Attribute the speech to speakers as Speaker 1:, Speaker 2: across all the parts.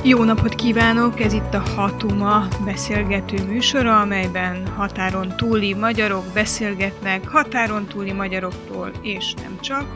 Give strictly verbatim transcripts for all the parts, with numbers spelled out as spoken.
Speaker 1: Jó napot kívánok! Ez itt a Hatuma beszélgető műsora, amelyben határon túli magyarok beszélgetnek határon túli magyarokról, és nem csak.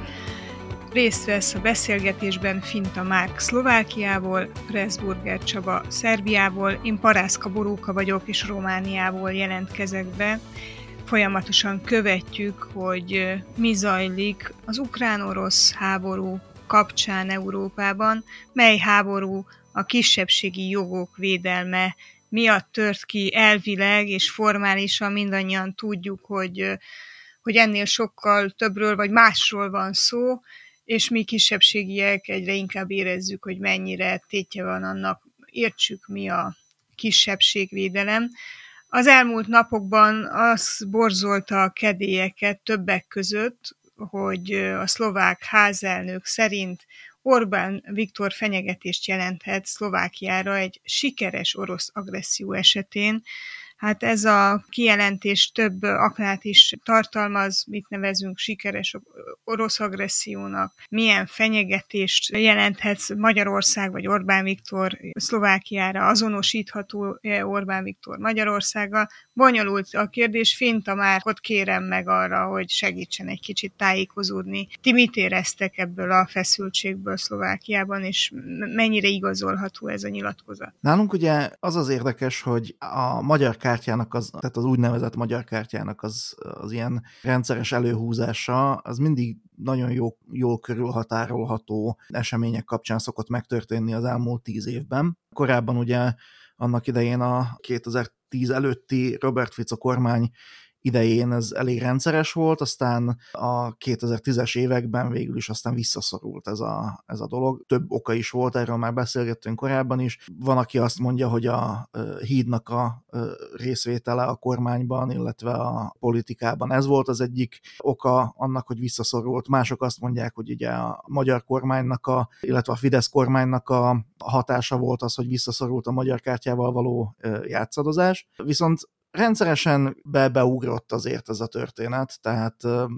Speaker 1: Részt vesz a beszélgetésben Finta Márk Szlovákiából, Pressburger Csaba Szerbiából, én Parászka Boróka vagyok, és Romániából jelentkezek be. Folyamatosan követjük, hogy mi zajlik az ukrán-orosz háború kapcsán Európában, mely háború a kisebbségi jogok védelme miatt tört ki elvileg, és formálisan mindannyian tudjuk, hogy, hogy ennél sokkal többről vagy másról van szó, és mi kisebbségiek egyre inkább érezzük, hogy mennyire tétje van annak, értsük mi a kisebbségvédelem. Az elmúlt napokban az borzolta a kedélyeket többek között, hogy a szlovák házelnök szerint Orbán Viktor fenyegetést jelenthet Szlovákiára egy sikeres orosz agresszió esetén. Hát ez a kijelentés több aknát is tartalmaz, mit nevezünk sikeres orosz agressziónak, milyen fenyegetést jelenthet Magyarország vagy Orbán Viktor Szlovákiára, azonosítható Orbán Viktor Magyarországgal. Bonyolult a kérdés, Finta Márkot kérem meg arra, hogy segítsen egy kicsit tájékozódni. Ti mit éreztek ebből a feszültségből Szlovákiában, és mennyire igazolható ez a nyilatkozat?
Speaker 2: Nálunk ugye az az érdekes, hogy a magyar kártyának, az, tehát az úgynevezett magyar kártyának az, az ilyen rendszeres előhúzása, az mindig nagyon jó, jól körülhatárolható események kapcsán szokott megtörténni az elmúlt tíz évben. Korábban ugye annak idején a kétezer-tíz előtti Robert Fico kormány idején ez elég rendszeres volt, aztán a kétezer-tízes években végül is aztán visszaszorult ez a, ez a dolog. Több oka is volt, erről már beszélgettünk korábban is. Van, aki azt mondja, hogy a hídnak a részvétele a kormányban, illetve a politikában ez volt az egyik oka annak, hogy visszaszorult. Mások azt mondják, hogy ugye a magyar kormánynak, a, illetve a Fidesz kormánynak a hatása volt az, hogy visszaszorult a magyar kártyával való játszadozás. Viszont rendszeresen be beugrott azért ez a történet, tehát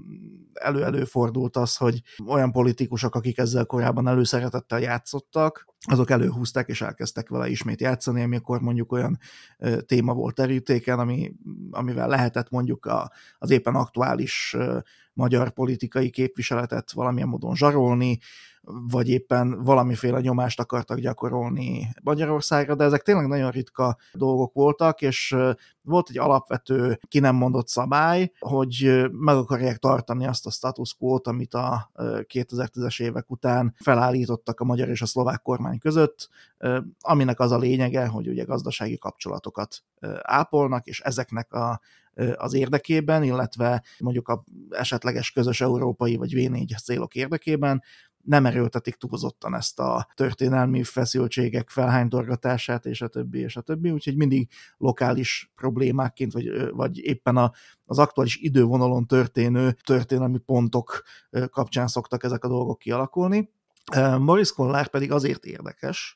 Speaker 2: elő-elő fordult az, hogy olyan politikusok, akik ezzel korábban előszeretettel játszottak, azok előhúzták és elkezdtek vele ismét játszani, amikor mondjuk olyan téma volt terítéken, ami, amivel lehetett mondjuk a, az éppen aktuális magyar politikai képviseletet valamilyen módon zsarolni, vagy éppen valamiféle nyomást akartak gyakorolni Magyarországra, de ezek tényleg nagyon ritka dolgok voltak, és volt egy alapvető ki nem mondott szabály, hogy meg akarják tartani azt a status quo-t, amit a kétezer-tízes évek után felállítottak a magyar és a szlovák kormány között, aminek az a lényege, hogy ugye gazdasági kapcsolatokat ápolnak, és ezeknek a az érdekében, illetve mondjuk a esetleges közös európai vagy vé négy célok érdekében nem erőltetik túlzottan ezt a történelmi feszültségek felhánytorgatását, és a többi, és a többi, úgyhogy mindig lokális problémákként, vagy, vagy éppen a, az aktuális idővonalon történő történelmi pontok kapcsán szoktak ezek a dolgok kialakulni. Boris Kollár pedig azért érdekes,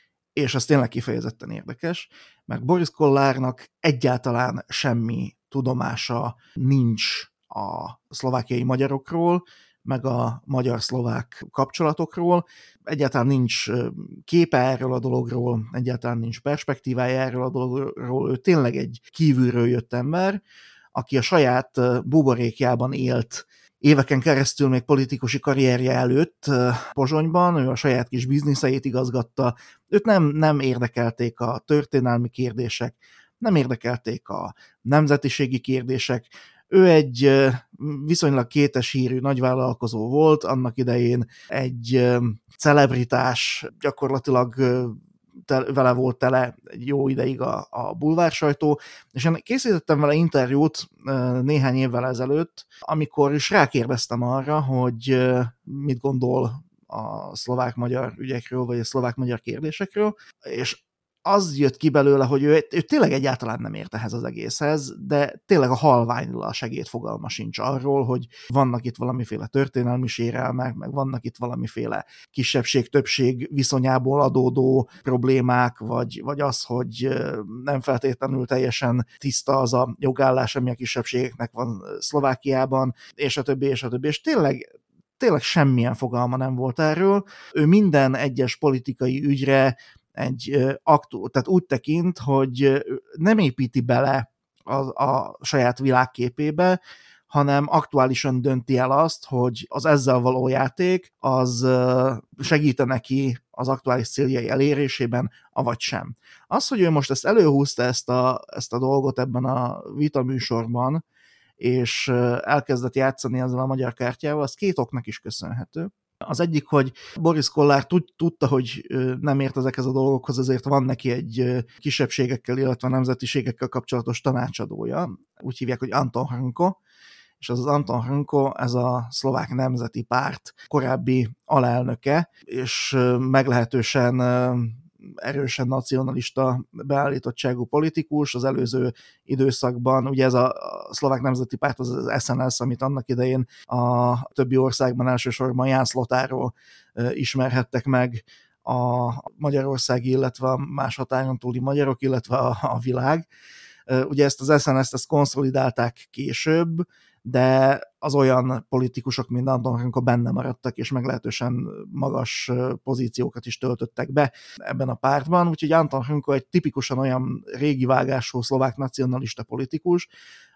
Speaker 2: és ez tényleg kifejezetten érdekes, mert Boris Kollárnak egyáltalán semmi tudomása nincs a szlovákiai magyarokról, meg a magyar-szlovák kapcsolatokról. Egyáltalán nincs képe erről a dologról, egyáltalán nincs perspektívája erről a dologról. Ő tényleg egy kívülről jött ember, aki a saját buborékjában élt éveken keresztül még politikusi karrierje előtt Pozsonyban, ő a saját kis bizniszeit igazgatta. Őt nem, nem érdekelték a történelmi kérdések, nem érdekelték a nemzetiségi kérdések. Ő egy viszonylag kétes hírű nagyvállalkozó volt, annak idején egy celebritás, gyakorlatilag vele volt tele egy jó ideig a, a bulvár sajtó, és én készítettem vele interjút néhány évvel ezelőtt, amikor is rákérdeztem arra, hogy mit gondol a szlovák-magyar ügyekről, vagy a szlovák-magyar kérdésekről, és az jött ki belőle, hogy ő, ő tényleg egyáltalán nem ért ehhez az egészhez, de tényleg a halványla segéd fogalma sincs arról, hogy vannak itt valamiféle történelmi sérelmek, meg vannak itt valamiféle kisebbség-többség viszonyából adódó problémák, vagy, vagy az, hogy nem feltétlenül teljesen tiszta az a jogállás, ami a kisebbségeknek van Szlovákiában, és a többi, és a többi, és tényleg tényleg semmilyen fogalma nem volt erről. Ő minden egyes politikai ügyre egy aktu, tehát úgy tekint, hogy nem építi bele a, a saját világképébe, hanem aktuálisan dönti el azt, hogy az ezzel való játék az segít neki az aktuális céljai elérésében, avagy sem. Az, hogy ő most ezt előhúzta ezt a, ezt a dolgot ebben a vitaműsorban, és elkezdett játszani ezzel a magyar kártyával, az két oknak is köszönhető. Az egyik, hogy Boris Kollár tud, tudta, hogy nem ért ezekhez a dolgokhoz, ezért van neki egy kisebbségekkel, illetve nemzetiségekkel kapcsolatos tanácsadója. Úgy hívják, hogy Anton Hrnko, és az az Anton Hrnko, ez a Szlovák Nemzeti Párt korábbi alelnöke, és meglehetősen erősen nacionalista beállítottságú politikus. Az előző időszakban, ugye ez a Szlovák Nemzeti Párt, az az es en es, amit annak idején a többi országban elsősorban Jász Lotáról ismerhettek meg a magyarországi, illetve a más határon túli magyarok, illetve a, a világ. Ugye ezt az es en es-t ezt konszolidálták később, de az olyan politikusok, mint Anton Hrnko benne maradtak, és meglehetősen magas pozíciókat is töltöttek be ebben a pártban, úgyhogy Anton Hrnko egy tipikusan olyan régi vágású szlovák nacionalista politikus,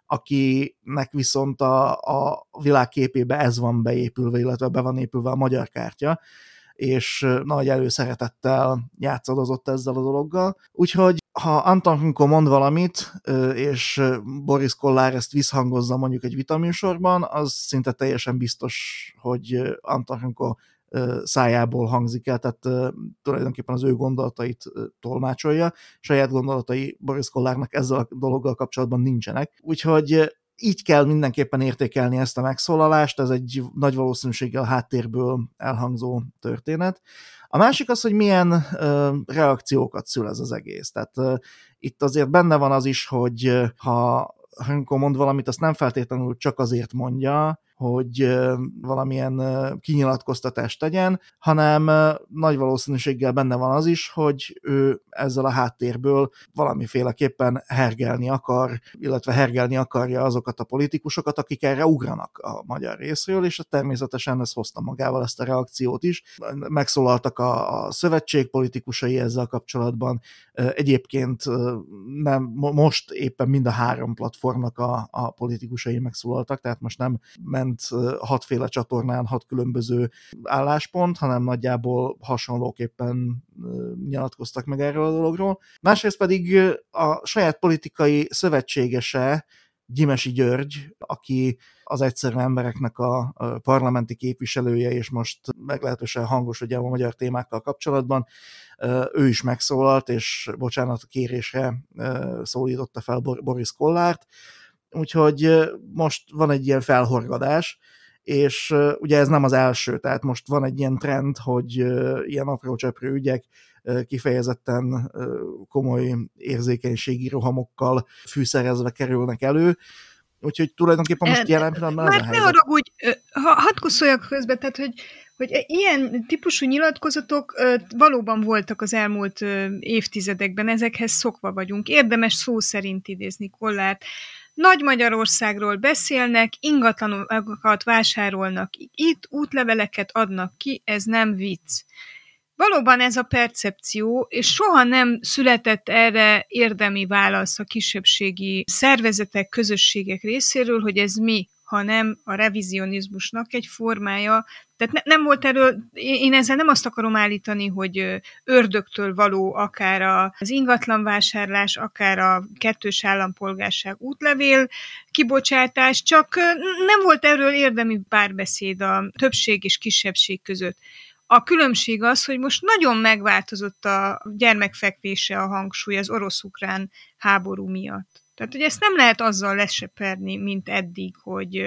Speaker 2: akinek viszont a, a világképébe ez van beépülve, illetve be van épülve a magyar kártya, és nagy előszeretettel játszadozott ezzel a dologgal. Úgyhogy ha Anton Hrnko mond valamit, és Boris Kollár ezt visszhangozza mondjuk egy vitaműsorban, az szinte teljesen biztos, hogy Anton Hrnko szájából hangzik el, tehát tulajdonképpen az ő gondolatait tolmácsolja. Saját gondolatai Boris Kollárnak ezzel a dologgal kapcsolatban nincsenek. Úgyhogy így kell mindenképpen értékelni ezt a megszólalást, ez egy nagy valószínűséggel háttérből elhangzó történet. A másik az, hogy milyen uh, reakciókat szül ez az egész. Tehát uh, itt azért benne van az is, hogy uh, ha Hrnko mond valamit, azt nem feltétlenül csak azért mondja, hogy valamilyen kinyilatkoztatást tegyen, hanem nagy valószínűséggel benne van az is, hogy ő ezzel a háttérből valamiféleképpen hergelni akar, illetve hergelni akarja azokat a politikusokat, akik erre ugranak a magyar részről, és természetesen ez hozta magával ezt a reakciót is. Megszólaltak a, a szövetség politikusai ezzel kapcsolatban. Egyébként nem, most éppen mind a három platformnak a, a politikusai megszólaltak, tehát most nem ment hatféle csatornán hat különböző álláspont, hanem nagyjából hasonlóképpen nyilatkoztak meg erről a dologról. Másrészt pedig a saját politikai szövetségese, Gyimesi György, aki az egyszerű embereknek a parlamenti képviselője, és most meglehetősen hangos ugye a magyar témákkal kapcsolatban, ő is megszólalt, és bocsánat kérésre szólította fel Boris Kollárt, úgyhogy most van egy ilyen felhorgadás, és ugye ez nem az első, tehát most van egy ilyen trend, hogy ilyen aprócseprő ügyek kifejezetten komoly érzékenységi rohamokkal fűszerezve kerülnek elő, úgyhogy tulajdonképpen most jelen pillanatban ez a helyzet.
Speaker 1: Már ne haragudj, hadd kusszoljak közben, tehát hogy hogy ilyen típusú nyilatkozatok valóban voltak az elmúlt évtizedekben, ezekhez szokva vagyunk. Érdemes szó szerint idézni Kollárt. Nagy Magyarországról beszélnek, ingatlanokat vásárolnak itt, útleveleket adnak ki, ez nem vicc. Valóban ez a percepció, és soha nem született erre érdemi válasz a kisebbségi szervezetek, közösségek részéről, hogy ez mi, hanem a revizionizmusnak egy formája. Tehát ne, nem volt erről, én ezzel nem azt akarom állítani, hogy ördögtől való akár az ingatlanvásárlás, akár a kettős állampolgárság útlevél kibocsátás, csak nem volt erről érdemi párbeszéd a többség és kisebbség között. A különbség az, hogy most nagyon megváltozott a gyermekfekvése a hangsúly az orosz-ukrán háború miatt. Tehát, hogy ezt nem lehet azzal leseperni, mint eddig, hogy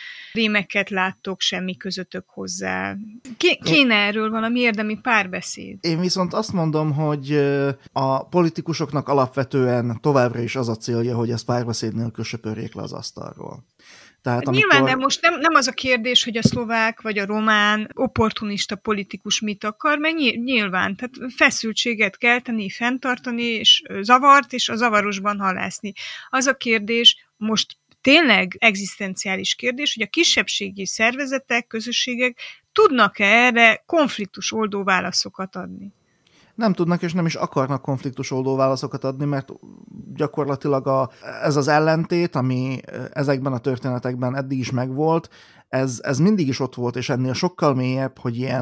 Speaker 1: rémeket láttok, semmi közöttök hozzá. Kéne erről valami érdemi párbeszéd.
Speaker 2: Én viszont azt mondom, hogy a politikusoknak alapvetően továbbra is az a célja, hogy ezt párbeszéd nélkül söpörjék le az asztalról. Tehát,
Speaker 1: amikor... Nyilván nem, most nem, nem az a kérdés, hogy a szlovák vagy a román opportunista politikus mit akar, mert nyilván, tehát feszültséget kelteni, fenntartani, és zavart, és a zavarosban halászni. Az a kérdés, most tényleg egzisztenciális kérdés, hogy a kisebbségi szervezetek, közösségek tudnak-e erre konfliktus oldó válaszokat adni?
Speaker 2: Nem tudnak és nem is akarnak konfliktusoldó válaszokat adni, mert gyakorlatilag a, ez az ellentét, ami ezekben a történetekben eddig is megvolt, ez, ez mindig is ott volt, és ennél sokkal mélyebb, hogy ilyen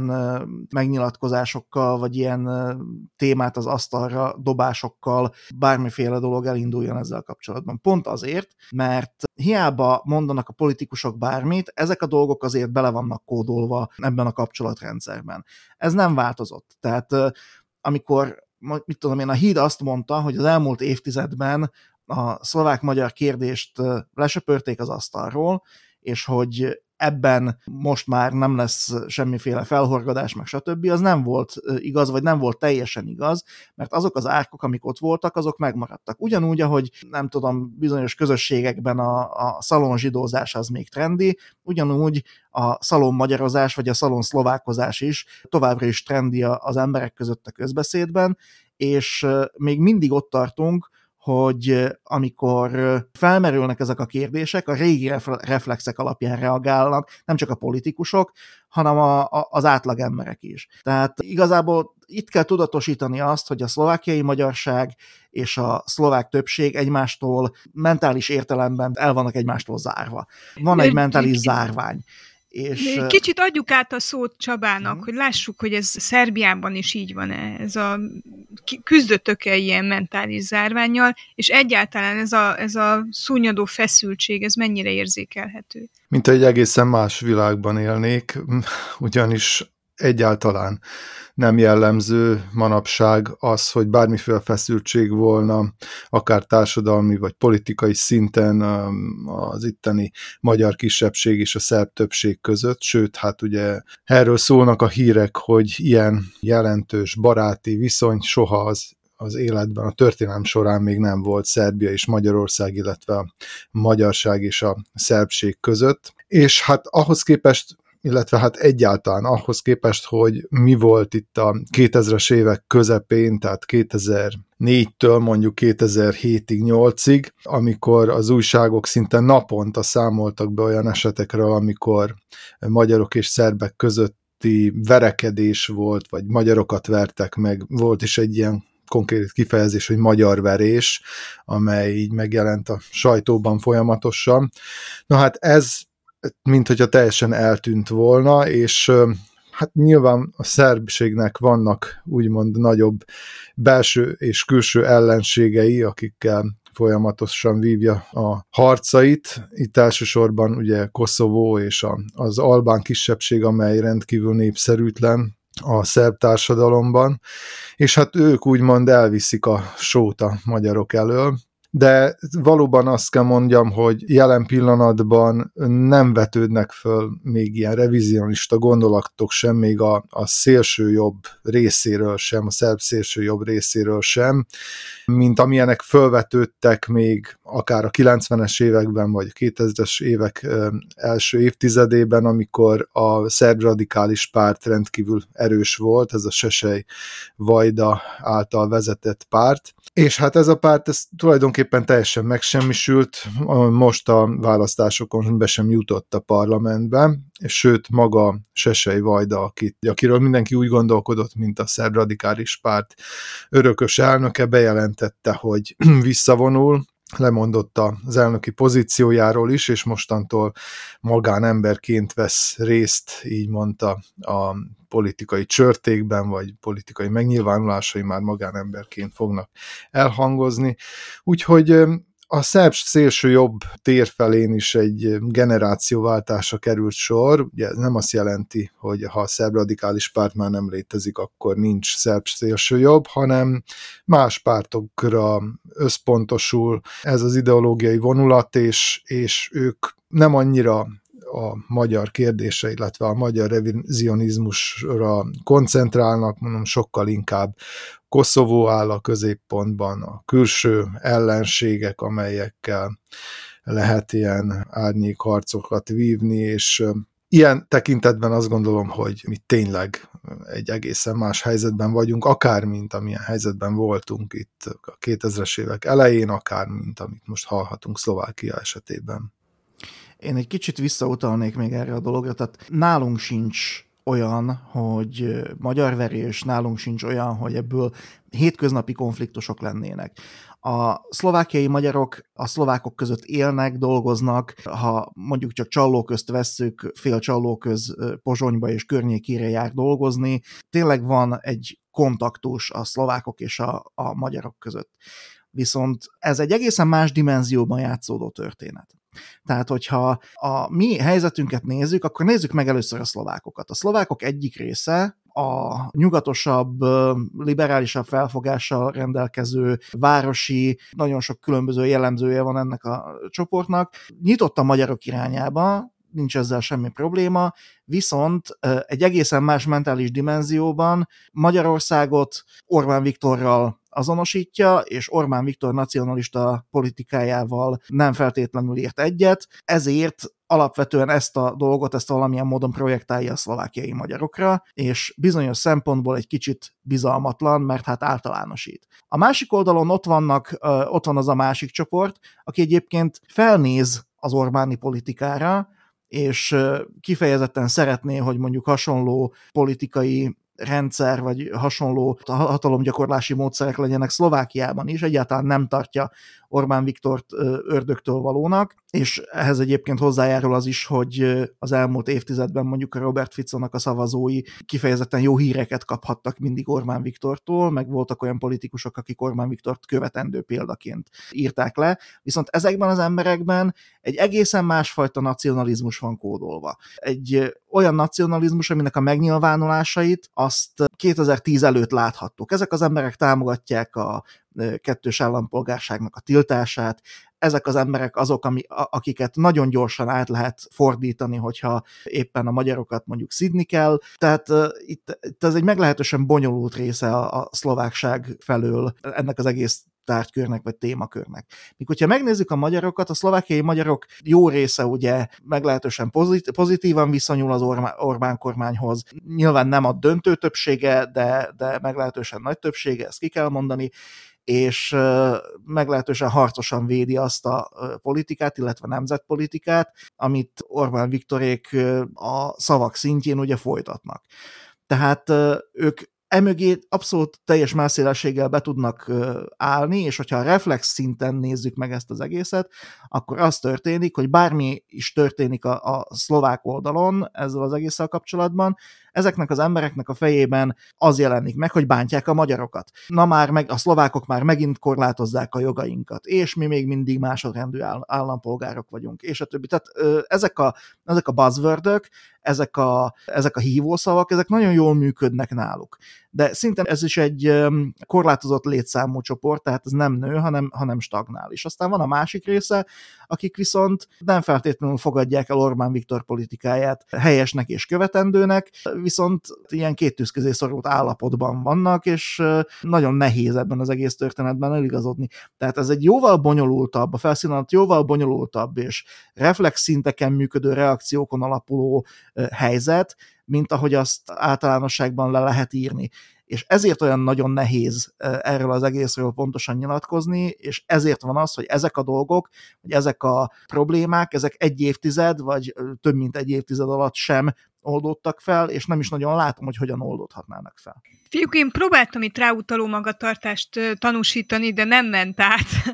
Speaker 2: megnyilatkozásokkal, vagy ilyen témát az asztalra dobásokkal bármiféle dolog elinduljon ezzel kapcsolatban. Pont azért, mert hiába mondanak a politikusok bármit, ezek a dolgok azért bele vannak kódolva ebben a kapcsolatrendszerben. Ez nem változott. Tehát amikor, mit tudom én, a Híd azt mondta, hogy az elmúlt évtizedben a szlovák-magyar kérdést lesöpörték az asztalról, és hogy ebben most már nem lesz semmiféle felhorgadás, meg stb., az nem volt igaz, vagy nem volt teljesen igaz, mert azok az árkok, amik ott voltak, azok megmaradtak. Ugyanúgy, ahogy nem tudom, bizonyos közösségekben a, a szalonzsidózás az még trendi, ugyanúgy a szalonmagyarozás, vagy a szalonszlovákozás is továbbra is trendi az emberek között a közbeszédben, és még mindig ott tartunk, hogy amikor felmerülnek ezek a kérdések, a régi reflexek alapján reagálnak, nem csak a politikusok, hanem a, a, az átlag emberek is. Tehát igazából itt kell tudatosítani azt, hogy a szlovákiai magyarság és a szlovák többség egymástól mentális értelemben el vannak egymástól zárva. Van egy mentális zárvány. És...
Speaker 1: Kicsit adjuk át a szót Csabának, hmm. hogy lássuk, hogy ez Szerbiában is így van-e, ez a küzdöttök-e ilyen mentális zárvánnyal, és egyáltalán ez a, ez a szúnyadó feszültség, ez mennyire érzékelhető?
Speaker 3: Mint egy egészen más világban élnék, ugyanis egyáltalán nem jellemző manapság az, hogy bármiféle feszültség volna, akár társadalmi vagy politikai szinten az itteni magyar kisebbség és a szerb többség között, sőt, hát ugye erről szólnak a hírek, hogy ilyen jelentős baráti viszony soha az az életben, a történelem során még nem volt Szerbia és Magyarország, illetve a magyarság és a szerbség között. És hát ahhoz képest illetve hát egyáltalán ahhoz képest, hogy mi volt itt a kétezres évek közepén, tehát kétezer-négytől mondjuk kétezer-hétig, nyolcig, amikor az újságok szinte naponta számoltak be olyan esetekről, amikor magyarok és szerbek közötti verekedés volt, vagy magyarokat vertek meg, volt is egy ilyen konkrét kifejezés, hogy magyar verés, amely így megjelent a sajtóban folyamatosan. Na hát ez mint hogyha teljesen eltűnt volna, és hát nyilván a szerbségnek vannak úgymond nagyobb belső és külső ellenségei, akikkel folyamatosan vívja a harcait. Itt elsősorban ugye Koszovó és a, az albán kisebbség, amely rendkívül népszerűtlen a szerb társadalomban, és hát ők úgymond elviszik a sót a magyarok elől. De valóban azt kell mondjam, hogy jelen pillanatban nem vetődnek föl még ilyen revizionista gondolatok sem, még a, a szélső jobb részéről sem, a szerb szélső jobb részéről sem, mint amilyenek fölvetődtek még akár a kilencvenes években, vagy a kétezres évek első évtizedében, amikor a szerb radikális párt rendkívül erős volt, ez a Szesely Vajda által vezetett párt, és hát ez a párt ez tulajdonképpen teljesen megsemmisült, most a választásokon be sem jutott a parlamentbe, sőt maga Szesely Vajda, akit, akiről mindenki úgy gondolkodott, mint a szerb radikális párt örökös elnöke, bejelentette, hogy visszavonul, lemondott az elnöki pozíciójáról is, és mostantól magánemberként vesz részt, így mondta, a politikai csörtékben, vagy politikai megnyilvánulásai már magánemberként fognak elhangozni. Úgyhogy a szerb szélső jobb tér felén is egy generációváltásra került sor. Ugye ez nem azt jelenti, hogy ha a szerb radikális párt már nem létezik, akkor nincs szerb szélső jobb, hanem más pártokra összpontosul ez az ideológiai vonulat, és, és ők nem annyira a magyar kérdése, illetve a magyar revizionizmusra koncentrálnak, mondom, sokkal inkább Koszovó áll a középpontban, a külső ellenségek, amelyekkel lehet ilyen árnyékharcokat vívni, és ilyen tekintetben azt gondolom, hogy mi tényleg egy egészen más helyzetben vagyunk, akár mint amilyen helyzetben voltunk itt a kétezres évek elején, akár mint amit most hallhatunk Szlovákia esetében.
Speaker 2: Én egy kicsit visszautalnék még erre a dologra, tehát nálunk sincs olyan, hogy magyarverés, nálunk sincs olyan, hogy ebből hétköznapi konfliktusok lennének. A szlovákiai magyarok a szlovákok között élnek, dolgoznak, ha mondjuk csak Csallóközt vesszük, fél Csallóköz Pozsonyba és környékére jár dolgozni, tényleg van egy kontaktus a szlovákok és a, a magyarok között. Viszont ez egy egészen más dimenzióban játszódó történet. Tehát, hogyha a mi helyzetünket nézzük, akkor nézzük meg először a szlovákokat. A szlovákok egyik része a nyugatosabb, liberálisabb felfogással rendelkező városi, nagyon sok különböző jellemzője van ennek a csoportnak, nyitott a magyarok irányába, nincs ezzel semmi probléma, viszont egy egészen más mentális dimenzióban Magyarországot Orbán Viktorral azonosítja, és Orbán Viktor nacionalista politikájával nem feltétlenül ért egyet, ezért alapvetően ezt a dolgot, ezt valamilyen módon projektálja a szlovákiai magyarokra, és bizonyos szempontból egy kicsit bizalmatlan, mert hát általánosít. A másik oldalon ott vannak, ott van az a másik csoport, aki egyébként felnéz az Orbáni politikára, és kifejezetten szeretné, hogy mondjuk hasonló politikai rendszer, vagy hasonló hatalomgyakorlási módszerek legyenek Szlovákiában is, egyáltalán nem tartja Orbán Viktort ördögtől valónak, és ehhez egyébként hozzájárul az is, hogy az elmúlt évtizedben mondjuk a Robert Ficónak a szavazói kifejezetten jó híreket kaphattak mindig Orbán Viktortól, meg voltak olyan politikusok, akik Orbán Viktort követendő példaként írták le, viszont ezekben az emberekben egy egészen másfajta nacionalizmus van kódolva. Egy olyan nacionalizmus, aminek a megnyilvánulásait azt kétezer-tíz előtt láthattuk. Ezek az emberek támogatják a kettős állampolgárságnak a tiltását, ezek az emberek azok, ami, akiket nagyon gyorsan át lehet fordítani, hogyha éppen a magyarokat mondjuk szidni kell. Tehát uh, itt, itt ez egy meglehetősen bonyolult része a, a szlovákság felől ennek az egész tárgykörnek vagy témakörnek. Míg hogyha megnézzük a magyarokat, a szlovákiai magyarok jó része ugye meglehetősen pozit- pozitívan viszonyul az Orbán, Orbán kormányhoz. Nyilván nem a döntő többsége, de, de meglehetősen nagy többsége, ezt ki kell mondani, és meglehetősen harcosan védi azt a politikát, illetve nemzetpolitikát, amit Orbán Viktorék a szavak szintjén ugye folytatnak. Tehát ők emögé abszolút teljes messzélességgel be tudnak állni, és hogyha a reflex szinten nézzük meg ezt az egészet, akkor az történik, hogy bármi is történik a, a szlovák oldalon ezzel az egésszel kapcsolatban, ezeknek az embereknek a fejében az jelenik meg, hogy bántják a magyarokat. Na már meg a szlovákok már megint korlátozzák a jogainkat, és mi még mindig másodrendű állampolgárok vagyunk, és a többi. Tehát ezek a, ezek a buzzwordök, ezek a, ezek a hívószavak, ezek nagyon jól működnek náluk. De szinte ez is egy korlátozott létszámú csoport, tehát ez nem nő, hanem, hanem stagnál. És aztán van a másik része, akik viszont nem feltétlenül fogadják el Orbán Viktor politikáját helyesnek és követendőnek, viszont ilyen két tűz közé szorult állapotban vannak, és nagyon nehéz ebben az egész történetben eligazodni. Tehát ez egy jóval bonyolultabb, a felszínálat jóval bonyolultabb, és reflex szinteken működő reakciókon alapuló helyzet, mint ahogy azt általánosságban le lehet írni. És ezért olyan nagyon nehéz erről az egészről pontosan nyilatkozni, és ezért van az, hogy ezek a dolgok, hogy ezek a problémák, ezek egy évtized, vagy több mint egy évtized alatt sem oldódtak fel, és nem is nagyon látom, hogy hogyan oldódhatnának fel.
Speaker 1: Fiúk, én próbáltam itt ráutaló magatartást tanúsítani, de nem ment át,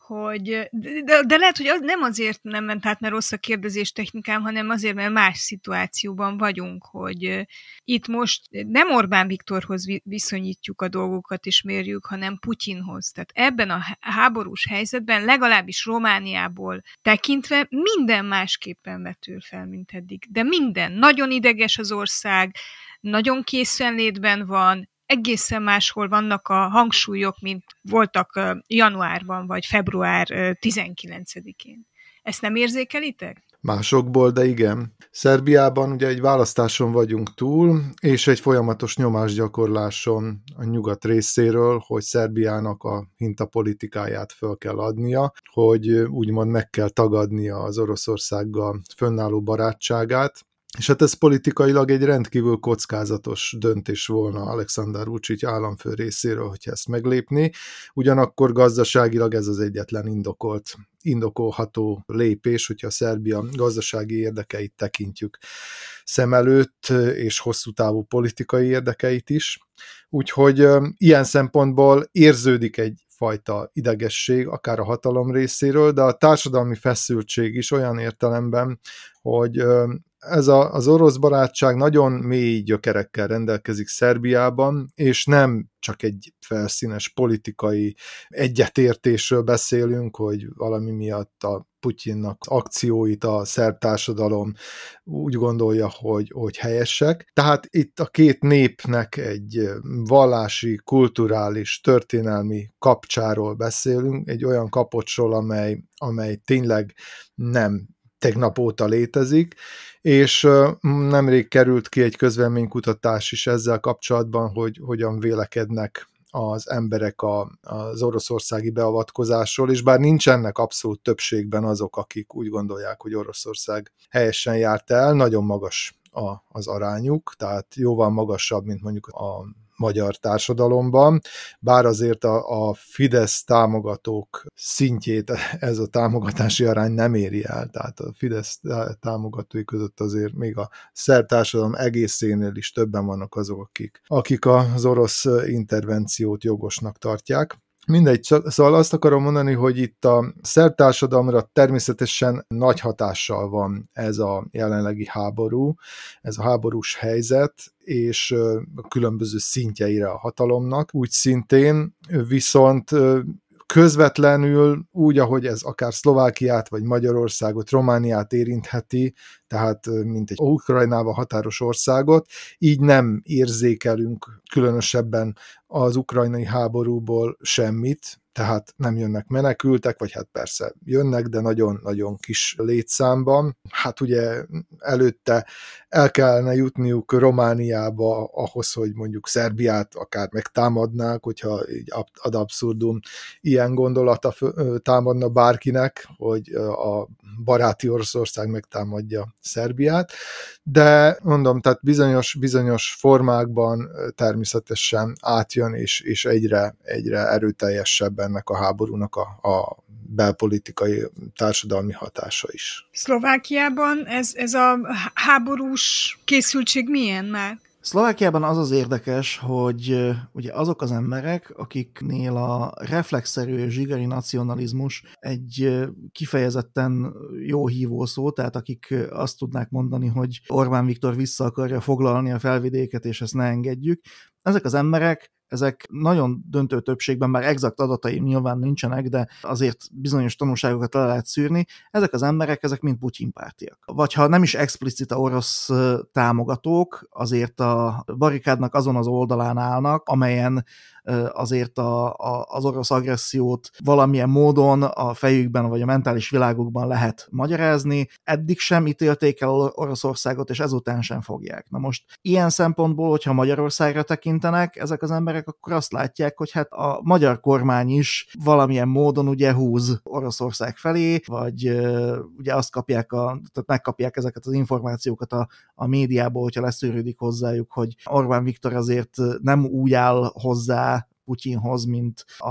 Speaker 1: hogy, de, de lehet, hogy az nem azért nem ment át, mert rossz a kérdezés technikám, hanem azért, mert más szituációban vagyunk, hogy itt most nem Orbán Viktorhoz viszonyítjuk a dolgokat és mérjük, hanem Putyinhoz. Tehát ebben a háborús helyzetben, legalábbis Romániából tekintve minden másképpen vetül fel, mint eddig. De minden. Nagyon ideges az ország, nagyon készenlétben van, egészen máshol vannak a hangsúlyok, mint voltak januárban vagy február tizenkilencedikén. Ezt nem érzékelitek?
Speaker 3: Másokból, de igen. Szerbiában ugye egy választáson vagyunk túl, és egy folyamatos nyomásgyakorláson a nyugat részéről, hogy Szerbiának a hintapolitikáját föl kell adnia, hogy úgymond meg kell tagadnia az Oroszországgal fönnálló barátságát, És hát ez politikailag egy rendkívül kockázatos döntés volna Alekszandar Vučić államfő részéről, hogyha ezt meglépni. Ugyanakkor gazdaságilag ez az egyetlen indokolt, indokolható lépés, hogyha Szerbia gazdasági érdekeit tekintjük szem előtt, és hosszú távú politikai érdekeit is. Úgyhogy ilyen szempontból érződik egy fajta idegesség, akár a hatalom részéről, de a társadalmi feszültség is olyan értelemben, hogy ez a, az orosz barátság nagyon mély gyökerekkel rendelkezik Szerbiában, és nem csak egy felszínes politikai egyetértésről beszélünk, hogy valami miatt a Putyinnak akcióit a szerb társadalom úgy gondolja, hogy, hogy helyesek. Tehát itt a két népnek egy vallási, kulturális, történelmi kapcsáról beszélünk, egy olyan kapocsról, amely, amely tényleg nem tegnap óta létezik, és nemrég került ki egy közvéleménykutatás is ezzel kapcsolatban, hogy hogyan vélekednek az emberek a, az oroszországi beavatkozásról, és bár nincsenek abszolút többségben azok, akik úgy gondolják, hogy Oroszország helyesen járt el, nagyon magas a, az arányuk, tehát jóval magasabb, mint mondjuk a magyar társadalomban, bár azért a, a Fidesz támogatók szintjét ez a támogatási arány nem éri el, tehát a Fidesz támogatói között azért még a szerb társadalom egészénél is többen vannak azok, akik, akik az orosz intervenciót jogosnak tartják. Mindegy, szóval azt akarom mondani, hogy itt a szerb társadalomra természetesen nagy hatással van ez a jelenlegi háború, ez a háborús helyzet, és a különböző szintjeire a hatalomnak. Úgy szintén viszont közvetlenül úgy, ahogy ez akár Szlovákiát, vagy Magyarországot, Romániát érintheti, tehát mint egy Ukrajnával határos országot, így nem érzékelünk különösebben az ukrajnai háborúból semmit, tehát nem jönnek menekültek, vagy hát persze jönnek, de nagyon-nagyon kis létszámban. Hát ugye előtte el kellene jutniuk Romániába ahhoz, hogy mondjuk Szerbiát akár megtámadnák, hogyha így ad abszurdum ilyen gondolata támadna bárkinek, hogy a baráti Oroszország megtámadja Szerbiát, de mondom, tehát bizonyos, bizonyos formákban természetesen átjön, és, és egyre, egyre erőteljesebb ennek a háborúnak a, a belpolitikai, társadalmi hatása is.
Speaker 1: Szlovákiában ez, ez a háborús készültség milyen már?
Speaker 2: Szlovákiában az az érdekes, hogy ugye azok az emberek, akiknél a reflexzerű zsigeri nacionalizmus egy kifejezetten jó hívószó, tehát akik azt tudnák mondani, hogy Orbán Viktor vissza akarja foglalni a felvidéket, és ezt ne engedjük, ezek az emberek ezek nagyon döntő többségben, bár exakt adataim nyilván nincsenek, de azért bizonyos tanulságokat le lehet szűrni, ezek az emberek, ezek mind Putyin pártiak. Vagy ha nem is explicita orosz támogatók, azért a barikádnak azon az oldalán állnak, amelyen azért a, a, az orosz agressziót valamilyen módon a fejükben vagy a mentális világukban lehet magyarázni. Eddig sem ítélték el Oroszországot, és ezután sem fogják. Na most ilyen szempontból, hogyha Magyarországra tekintenek ezek az emberek, akkor azt látják, hogy hát a magyar kormány is valamilyen módon ugye húz Oroszország felé, vagy uh, ugye azt kapják, a, tehát megkapják ezeket az információkat a, a médiából, hogyha leszűrődik hozzájuk, hogy Orbán Viktor azért nem úgy áll hozzá Putyinhoz, mint a,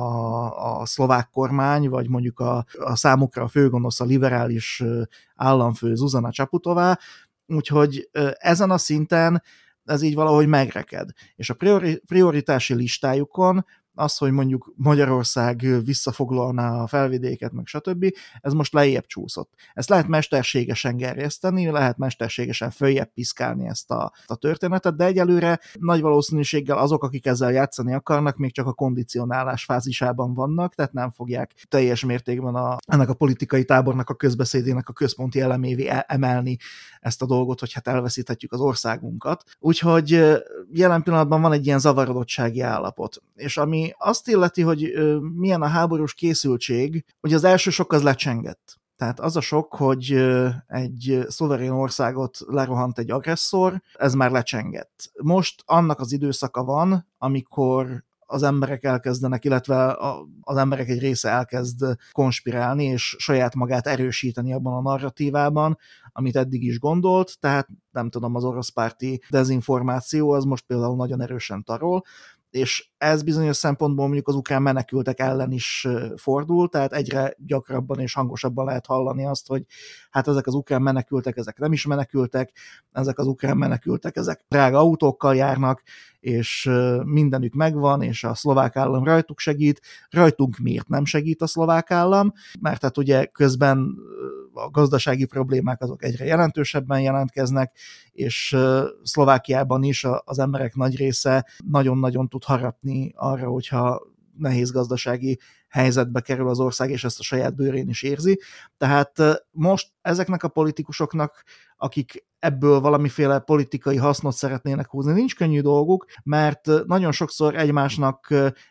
Speaker 2: a szlovák kormány, vagy mondjuk a, a számukra a főgonosz, a liberális államfő Zuzana Čaputová, úgyhogy ezen a szinten ez így valahogy megreked. És a priori, prioritási listájukon az, hogy mondjuk Magyarország visszafoglalná a felvidéket, meg stb., ez most lejjebb csúszott. Ezt lehet mesterségesen gerjeszteni, lehet mesterségesen följebb piszkálni ezt a, a történetet, de egyelőre nagy valószínűséggel azok, akik ezzel játszani akarnak, még csak a kondicionálás fázisában vannak, tehát nem fogják teljes mértékben a, ennek a politikai tábornak a közbeszédének a központi elemévé emelni ezt a dolgot, hogy hát elveszíthetjük az országunkat. Úgyhogy jelen pillanatban van egy ilyen zavarodottsági állapot. És ami azt illeti, hogy milyen a háborús készültség, hogy az első sok az lecsengett. Tehát az a sok, hogy egy szuverén országot lerohant egy agresszor, ez már lecsengett. Most annak az időszaka van, amikor az emberek elkezdenek, illetve a, az emberek egy része elkezd konspirálni, és saját magát erősíteni abban a narratívában, amit eddig is gondolt, tehát nem tudom, az orosz párti dezinformáció az most például nagyon erősen tarol, és ez bizonyos szempontból mondjuk az ukrán menekültek ellen is fordul, tehát egyre gyakrabban és hangosabban lehet hallani azt, hogy hát ezek az ukrán menekültek, ezek nem is menekültek, ezek az ukrán menekültek, ezek drága autókkal járnak, és mindenük megvan, és a szlovák állam rajtuk segít, rajtunk miért nem segít a szlovák állam, mert hát ugye közben a gazdasági problémák azok egyre jelentősebben jelentkeznek, és Szlovákiában is az emberek nagy része nagyon-nagyon tud harapni arra, hogyha nehéz gazdasági helyzetbe kerül az ország, és ezt a saját bőrén is érzi. Tehát most ezeknek a politikusoknak, akik ebből valamiféle politikai hasznot szeretnének húzni, nincs könnyű dolguk, mert nagyon sokszor egymásnak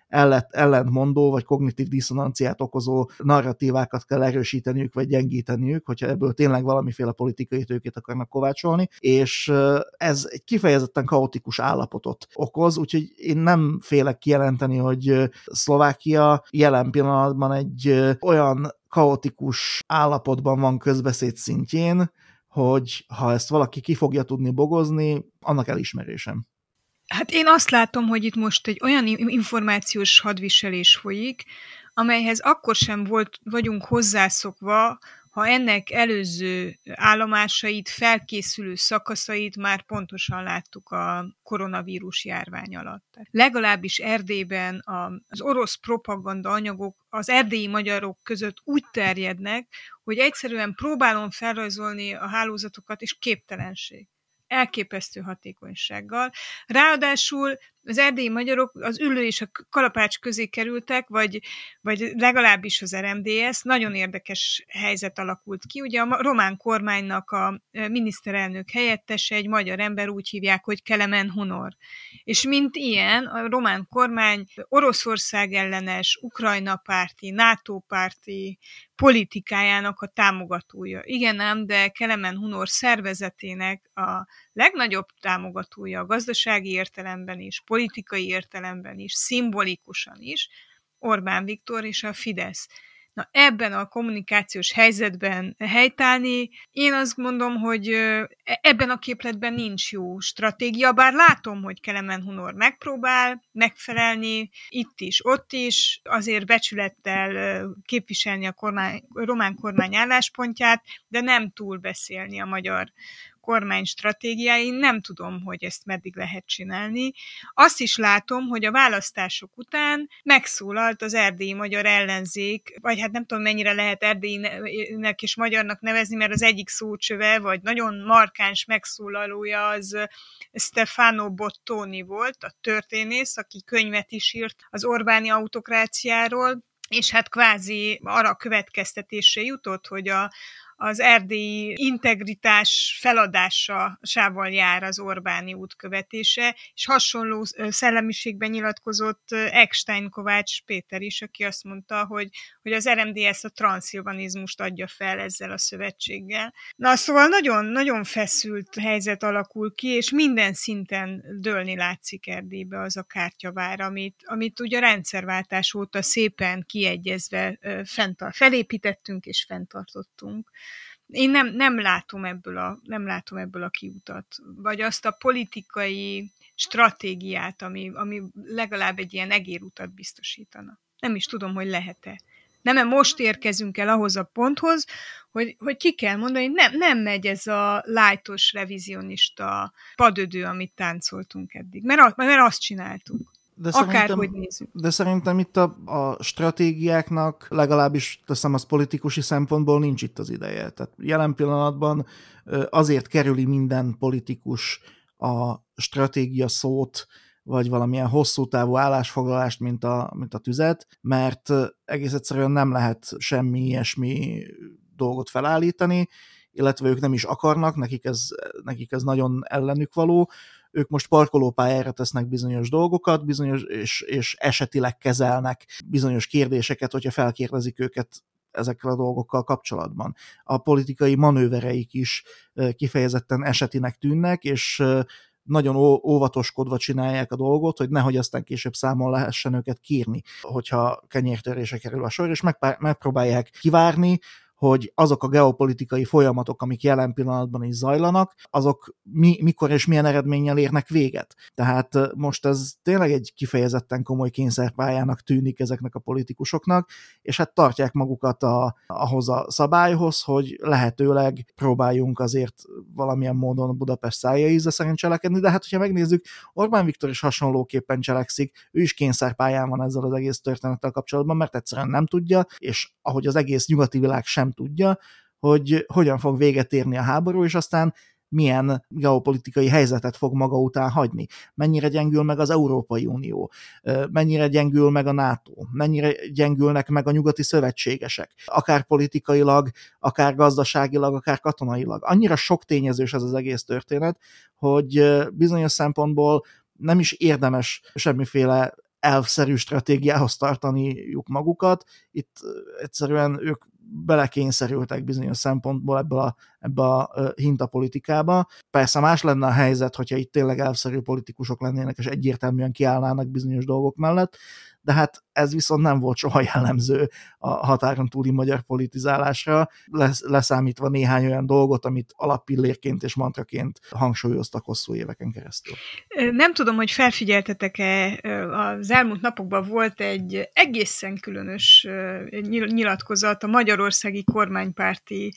Speaker 2: ellentmondó vagy kognitív diszonanciát okozó narratívákat kell erősíteniük vagy gyengíteniük, hogyha ebből tényleg valamiféle politikai tőkét akarnak kovácsolni, és ez egy kifejezetten kaotikus állapotot okoz, úgyhogy én nem félek kijelenteni, hogy Szlovákia jelen pillanatban egy olyan kaotikus állapotban van közbeszéd szintjén, hogy ha ezt valaki ki fogja tudni bogozni, annak elismerésem.
Speaker 1: Hát én azt látom, hogy itt most egy olyan információs hadviselés folyik, amelyhez akkor sem volt, vagyunk hozzászokva, ha ennek előző állomásait, felkészülő szakaszait már pontosan láttuk a koronavírus járvány alatt. Legalábbis Erdélyben az orosz propaganda anyagok az erdélyi magyarok között úgy terjednek, hogy egyszerűen próbálom felrajzolni a hálózatokat, és képtelenség. Elképesztő hatékonysággal. Ráadásul az erdélyi magyarok az Üllő és a Kalapács közé kerültek, vagy, vagy legalábbis az er em dé es, nagyon érdekes helyzet alakult ki. Ugye a román kormánynak a miniszterelnök helyettese egy magyar ember, úgy hívják, hogy Kelemen Hunor. És mint ilyen, a román kormány Oroszország ellenes, Ukrajna párti, NATO párti politikájának a támogatója. Igen ám, de Kelemen Hunor szervezetének a legnagyobb támogatója a gazdasági értelemben is, politikai értelemben is, szimbolikusan is, Orbán Viktor és a Fidesz. Na ebben a kommunikációs helyzetben helytállni, én azt mondom, hogy ebben a képletben nincs jó stratégia, bár látom, hogy Kelemen Hunor megpróbál megfelelni, itt is, ott is, azért becsülettel képviselni a, kormány, a román kormány álláspontját, de nem túl beszélni a magyar kormány stratégiáin, nem tudom, hogy ezt meddig lehet csinálni. Azt is látom, hogy a választások után megszólalt az erdélyi magyar ellenzék, vagy hát nem tudom, mennyire lehet erdélyinek és magyarnak nevezni, mert az egyik szócsöve, vagy nagyon markáns megszólalója az Stefano Bottoni volt, a történész, aki könyvet is írt az Orbáni autokráciáról, és hát kvázi arra következtetésre jutott, hogy a az erdélyi integritás feladásával jár az Orbáni út követése, és hasonló szellemiségben nyilatkozott Eckstein Kovács Péter is, aki azt mondta, hogy, hogy az er em dé es a transzilvanizmust adja fel ezzel a szövetséggel. Na szóval nagyon, nagyon feszült helyzet alakul ki, és minden szinten dőlni látszik Erdélybe az a kártyavár, amit, amit ugye a rendszerváltás óta szépen kiegyezve fenntart, felépítettünk és fenntartottunk. Én nem, nem, látom ebből a, nem látom ebből a kiutat, vagy azt a politikai stratégiát, ami, ami legalább egy ilyen egérutat biztosítana. Nem is tudom, hogy lehet-e. Nem, most érkezünk el ahhoz a ponthoz, hogy, hogy ki kell mondani, hogy nem, nem megy ez a lájtos revizionista padödő, amit táncoltunk eddig, mert, mert azt csináltuk.
Speaker 2: De
Speaker 1: akárhogy nézzük.
Speaker 2: De szerintem itt a, a stratégiáknak legalábbis teszem az politikusi szempontból nincs itt az ideje. Tehát jelen pillanatban azért kerüli minden politikus a stratégia szót, vagy valamilyen hosszú távú állásfoglalást, mint a, mint a tüzet, mert egész egyszerűen nem lehet semmi ilyesmi dolgot felállítani, illetve ők nem is akarnak, nekik ez, nekik ez nagyon ellenük való. Ők most parkolópályára tesznek bizonyos dolgokat, bizonyos, és, és esetileg kezelnek bizonyos kérdéseket, hogyha felkérdezik őket ezekkel a dolgokkal kapcsolatban. A politikai manővereik is kifejezetten esetinek tűnnek, és nagyon óvatoskodva csinálják a dolgot, hogy nehogy aztán később számon lehessen őket kírni, hogyha kenyértörésre kerül a sor, és megpróbálják kivárni, hogy azok a geopolitikai folyamatok, amik jelen pillanatban is zajlanak, azok mi, mikor és milyen eredménnyel érnek véget. Tehát most ez tényleg egy kifejezetten komoly kényszerpályának tűnik ezeknek a politikusoknak, és hát tartják magukat a, ahhoz a szabályhoz, hogy lehetőleg próbáljunk azért valamilyen módon Budapest szája íze szerint cselekedni, de hát, hogyha megnézzük, Orbán Viktor is hasonlóképpen cselekszik, ő is kényszerpályán van ezzel az egész történettel kapcsolatban, mert egyszerűen nem tudja, és ahogy az egész nyugati világ sem tudja, hogy hogyan fog véget érni a háború, és aztán milyen geopolitikai helyzetet fog maga után hagyni. Mennyire gyengül meg az Európai Unió, mennyire gyengül meg a NATO, mennyire gyengülnek meg a nyugati szövetségesek, akár politikailag, akár gazdaságilag, akár katonailag. Annyira sok tényezős ez az egész történet, hogy bizonyos szempontból nem is érdemes semmiféle elvszerű stratégiához tartaniuk magukat. Itt egyszerűen ők belekényszerültek bizonyos szempontból ebbe a, ebbe a hintapolitikába. Persze más lenne a helyzet, hogyha itt tényleg elvszerű politikusok lennének, és egyértelműen kiállnának bizonyos dolgok mellett, de hát ez viszont nem volt soha jellemző a határon túli magyar politizálásra, lesz, leszámítva néhány olyan dolgot, amit alappillérként és mantraként hangsúlyoztak hosszú éveken keresztül.
Speaker 1: Nem tudom, hogy felfigyeltetek-e, az elmúlt napokban volt egy egészen különös nyilatkozat a magyarországi kormánypárti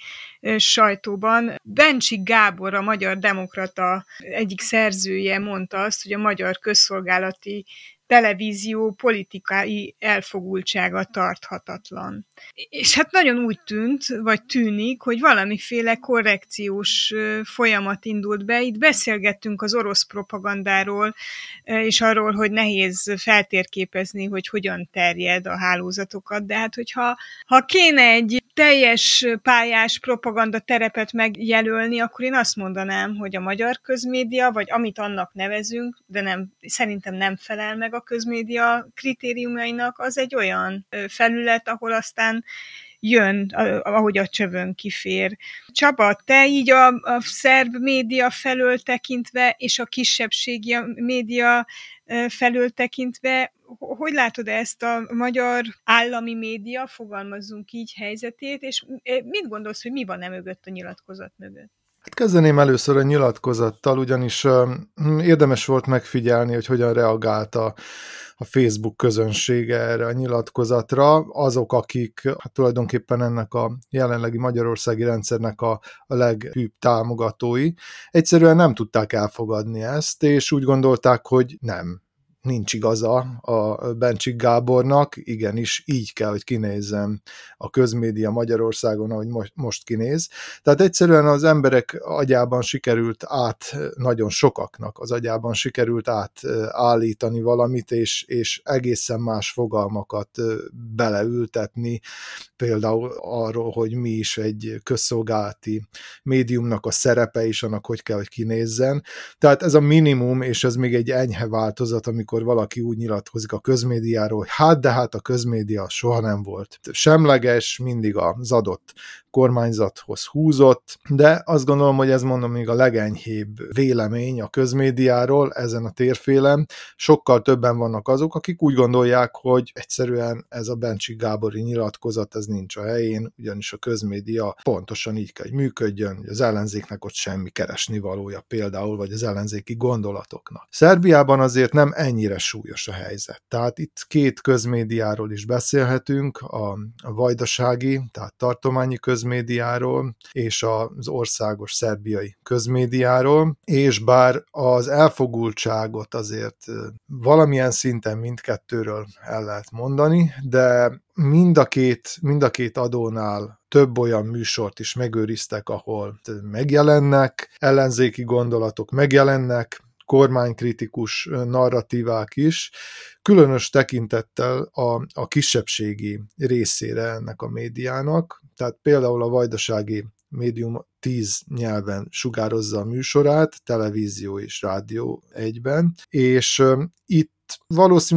Speaker 1: sajtóban. Bencsik Gábor, a Magyar Demokrata egyik szerzője mondta azt, hogy a magyar közszolgálati televízió politikai elfogultsága tarthatatlan. És hát nagyon úgy tűnt, vagy tűnik, hogy valamiféle korrekciós folyamat indult be. Itt beszélgettünk az orosz propagandáról, és arról, hogy nehéz feltérképezni, hogy hogyan terjed a hálózatokat, de hát hogyha ha kéne egy teljes pályás propaganda terepet megjelölni, akkor én azt mondanám, hogy a magyar közmédia, vagy amit annak nevezünk, de nem, szerintem nem felel meg a közmédia kritériumainak, az egy olyan felület, ahol aztán jön, ahogy a csövön kifér. Csaba, te így a, a szerb média felől tekintve, és a kisebbségi média felől tekintve, hogy látod ezt a magyar állami média, fogalmazzunk így, helyzetét, és mit gondolsz, hogy mi van e mögött a nyilatkozat mögött?
Speaker 3: Hát kezdeném először a nyilatkozattal, ugyanis uh, érdemes volt megfigyelni, hogy hogyan reagált a, a Facebook közönsége erre a nyilatkozatra. Azok, akik hát tulajdonképpen ennek a jelenlegi magyarországi rendszernek a, a leghűbb támogatói, egyszerűen nem tudták elfogadni ezt, és úgy gondolták, hogy nem. Nincs igaza a Bencsik Gábornak, igenis így kell, hogy kinézzen a közmédia Magyarországon, ahogy most, most kinéz. Tehát egyszerűen az emberek agyában sikerült át, nagyon sokaknak az agyában sikerült átállítani valamit, és, és egészen más fogalmakat beleültetni, például arról, hogy mi is egy közszolgálati médiumnak a szerepe, és annak hogy kell, hogy kinézzen. Tehát ez a minimum, és ez még egy enyhe változat, amikor valaki úgy nyilatkozik a közmédiáról, hogy hát, de hát a közmédia soha nem volt semleges, mindig az adott kormányzathoz húzott, de azt gondolom, hogy ez mondom még a legenyhébb vélemény a közmédiáról ezen a térfélen. Sokkal többen vannak azok, akik úgy gondolják, hogy egyszerűen ez a Bencsik Gábori nyilatkozat, ez nincs a helyén, ugyanis a közmédia pontosan így kell, hogy működjön, hogy az ellenzéknek ott semmi keresnivalója például, vagy az ellenzéki gondolatoknak. Szerbiában azért nem ennyire súlyos a helyzet. Tehát itt két közmédiáról is beszélhetünk, a, a vajdasági, tehát tartományi közmédiáról, és az országos szerbiai közmédiáról, és bár az elfogultságot azért valamilyen szinten mindkettőről el lehet mondani, de mind a két, mind a két adónál több olyan műsort is megőriztek, ahol megjelennek ellenzéki gondolatok, megjelennek kormánykritikus narratívák is, különös tekintettel a, a kisebbségi részére ennek a médiának, tehát például a vajdasági médium tíz nyelven sugározza a műsorát, televízió és rádió egyben, és itt valószínűleg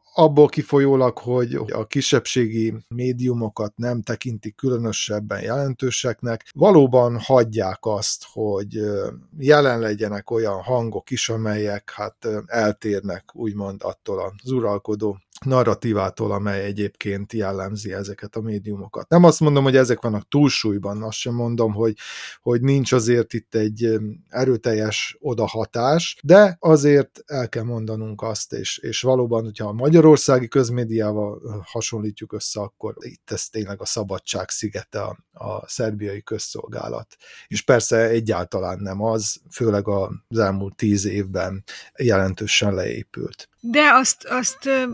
Speaker 3: abból kifolyólag, hogy a kisebbségi médiumokat nem tekintik különösebben jelentőseknek, valóban hagyják azt, hogy jelen legyenek olyan hangok is, amelyek hát eltérnek úgymond attól az uralkodó narratívától, amely egyébként jellemzi ezeket a médiumokat. Nem azt mondom, hogy ezek vannak túlsúlyban, azt sem mondom, hogy, hogy nincs azért itt egy erőteljes odahatás, de azért el kell mondanunk azt, és, és valóban, hogyha a magyarországi közmédiával hasonlítjuk össze, akkor itt ez tényleg a szabadság szigete a, a szerbiai közszolgálat. És persze egyáltalán nem az, főleg az elmúlt tíz évben jelentősen leépült.
Speaker 1: De azt, azt